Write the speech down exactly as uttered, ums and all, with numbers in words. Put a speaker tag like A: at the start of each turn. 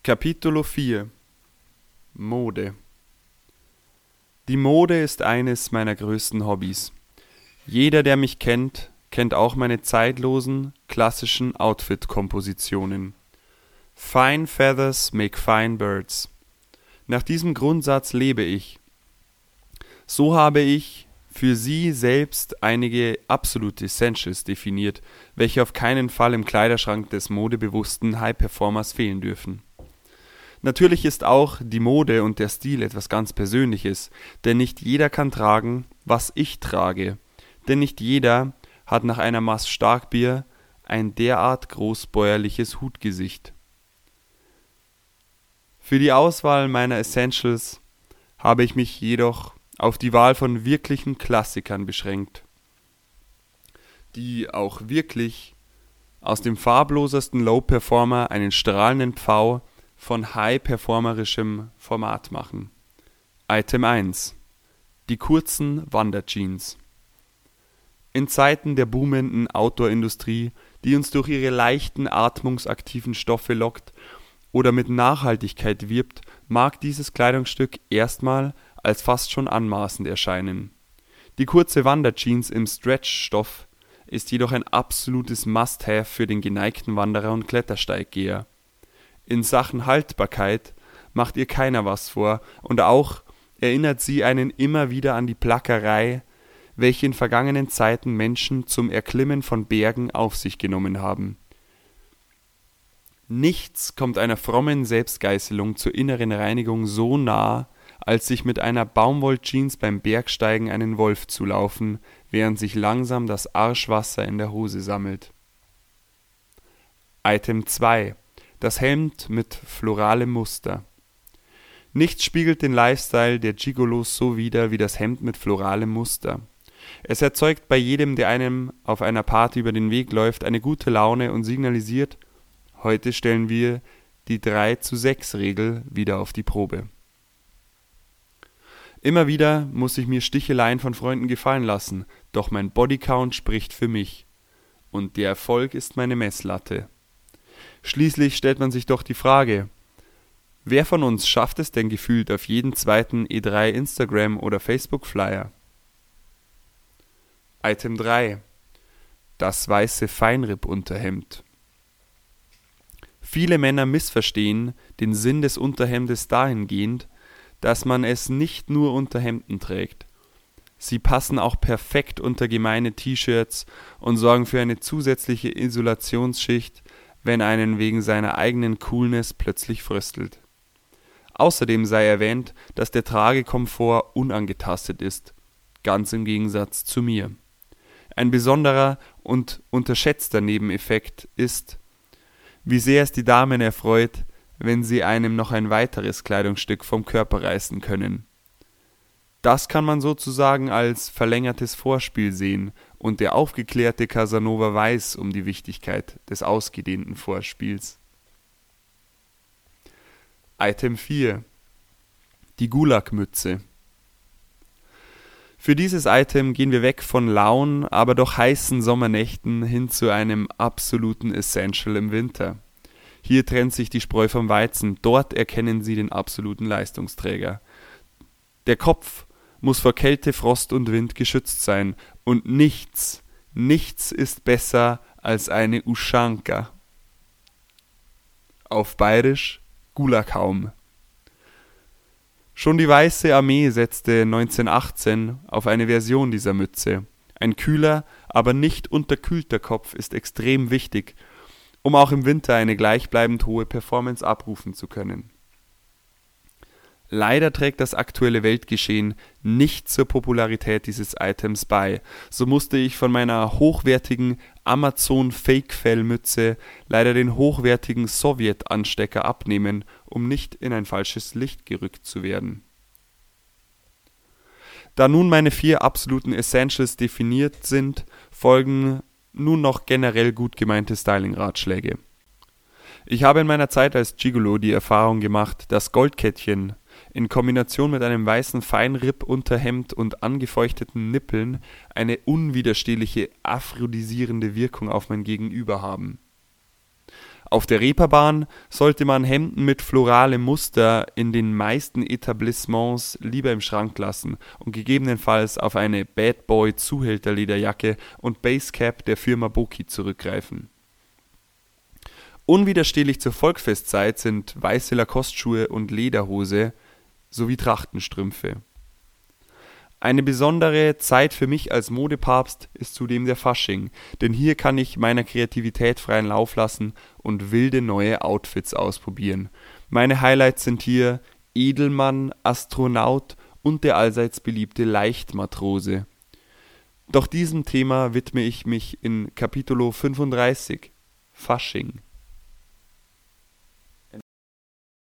A: Capitolo vier Mode. Die Mode ist eines meiner größten Hobbys. Jeder, der mich kennt, kennt auch meine zeitlosen, klassischen Outfit-Kompositionen. Fine feathers make fine birds. Nach diesem Grundsatz lebe ich. So habe ich für Sie selbst einige absolute Essentials definiert, welche auf keinen Fall im Kleiderschrank des modebewussten High-Performers fehlen dürfen. Natürlich ist auch die Mode und der Stil etwas ganz Persönliches, denn nicht jeder kann tragen, was ich trage, denn nicht jeder hat nach einer Maß Starkbier ein derart großbäuerliches Hutgesicht. Für die Auswahl meiner Essentials habe ich mich jedoch auf die Wahl von wirklichen Klassikern beschränkt, die auch wirklich aus dem farblosesten Low-Performer einen strahlenden Pfau von high-performerischem Format machen. Item eins. Die kurzen Wanderjeans. In Zeiten der boomenden Outdoor-Industrie, die uns durch ihre leichten, atmungsaktiven Stoffe lockt oder mit Nachhaltigkeit wirbt, mag dieses Kleidungsstück erstmal als fast schon anmaßend erscheinen. Die kurze Wanderjeans im Stretch-Stoff ist jedoch ein absolutes Must-Have für den geneigten Wanderer und Klettersteiggeher. In Sachen Haltbarkeit macht ihr keiner was vor und auch erinnert sie einen immer wieder an die Plackerei, welche in vergangenen Zeiten Menschen zum Erklimmen von Bergen auf sich genommen haben. Nichts kommt einer frommen Selbstgeißelung zur inneren Reinigung so nah, als sich mit einer Baumwolljeans beim Bergsteigen einen Wolf zu laufen, während sich langsam das Arschwasser in der Hose sammelt. Item zwei. Das Hemd mit floralem Muster. Nichts spiegelt den Lifestyle der Gigolos so wider wie das Hemd mit floralem Muster. Es erzeugt bei jedem, der einem auf einer Party über den Weg läuft, eine gute Laune und signalisiert: Heute stellen wir die drei zu sechs Regel wieder auf die Probe. Immer wieder muss ich mir Sticheleien von Freunden gefallen lassen, doch mein Bodycount spricht für mich. Und der Erfolg ist meine Messlatte. Schließlich stellt man sich doch die Frage: Wer von uns schafft es denn gefühlt auf jeden zweiten E drei Instagram- oder Facebook-Flyer? Item drei. Das weiße Feinripp-Unterhemd. Viele Männer missverstehen den Sinn des Unterhemdes dahingehend, dass man es nicht nur unter Hemden trägt. Sie passen auch perfekt unter gemeine T-Shirts und sorgen für eine zusätzliche Isolationsschicht, wenn einen wegen seiner eigenen Coolness plötzlich fröstelt. Außerdem sei erwähnt, dass der Tragekomfort unangetastet ist, ganz im Gegensatz zu mir. Ein besonderer und unterschätzter Nebeneffekt ist, wie sehr es die Damen erfreut, wenn sie einem noch ein weiteres Kleidungsstück vom Körper reißen können. Das kann man sozusagen als verlängertes Vorspiel sehen, und der aufgeklärte Casanova weiß um die Wichtigkeit des ausgedehnten Vorspiels. Item vier. Die Gulag-Mütze. Für dieses Item gehen wir weg von lauen, aber doch heißen Sommernächten hin zu einem absoluten Essential im Winter. Hier trennt sich die Spreu vom Weizen, dort erkennen Sie den absoluten Leistungsträger. Der Kopf muss vor Kälte, Frost und Wind geschützt sein, und nichts, nichts ist besser als eine Uschanka. Auf Bayerisch Gulaghaum. Schon die Weiße Armee setzte neunzehnhundertachtzehn auf eine Version dieser Mütze. Ein kühler, aber nicht unterkühlter Kopf ist extrem wichtig, um auch im Winter eine gleichbleibend hohe Performance abrufen zu können. Leider trägt das aktuelle Weltgeschehen nicht zur Popularität dieses Items bei. So musste ich von meiner hochwertigen Amazon-Fake-Fell-Mütze leider den hochwertigen Sowjet-Anstecker abnehmen, um nicht in ein falsches Licht gerückt zu werden. Da nun meine vier absoluten Essentials definiert sind, folgen nun noch generell gut gemeinte Styling-Ratschläge. Ich habe in meiner Zeit als Gigolo die Erfahrung gemacht, dass Goldkettchen in Kombination mit einem weißen Feinripp-Unterhemd und angefeuchteten Nippeln eine unwiderstehliche aphrodisierende Wirkung auf mein Gegenüber haben. Auf der Reeperbahn sollte man Hemden mit floralem Muster in den meisten Etablissements lieber im Schrank lassen und gegebenenfalls auf eine Bad Boy Zuhälterlederjacke und Basecap der Firma Boki zurückgreifen. Unwiderstehlich zur Volksfestzeit sind weiße Lacoste-Schuhe und Lederhose sowie Trachtenstrümpfe. Eine besondere Zeit für mich als Modepapst ist zudem der Fasching, denn hier kann ich meiner Kreativität freien Lauf lassen und wilde neue Outfits ausprobieren. Meine Highlights sind hier Edelmann, Astronaut und der allseits beliebte Leichtmatrose. Doch diesem Thema widme ich mich in Capítulo fünfunddreißig, Fasching.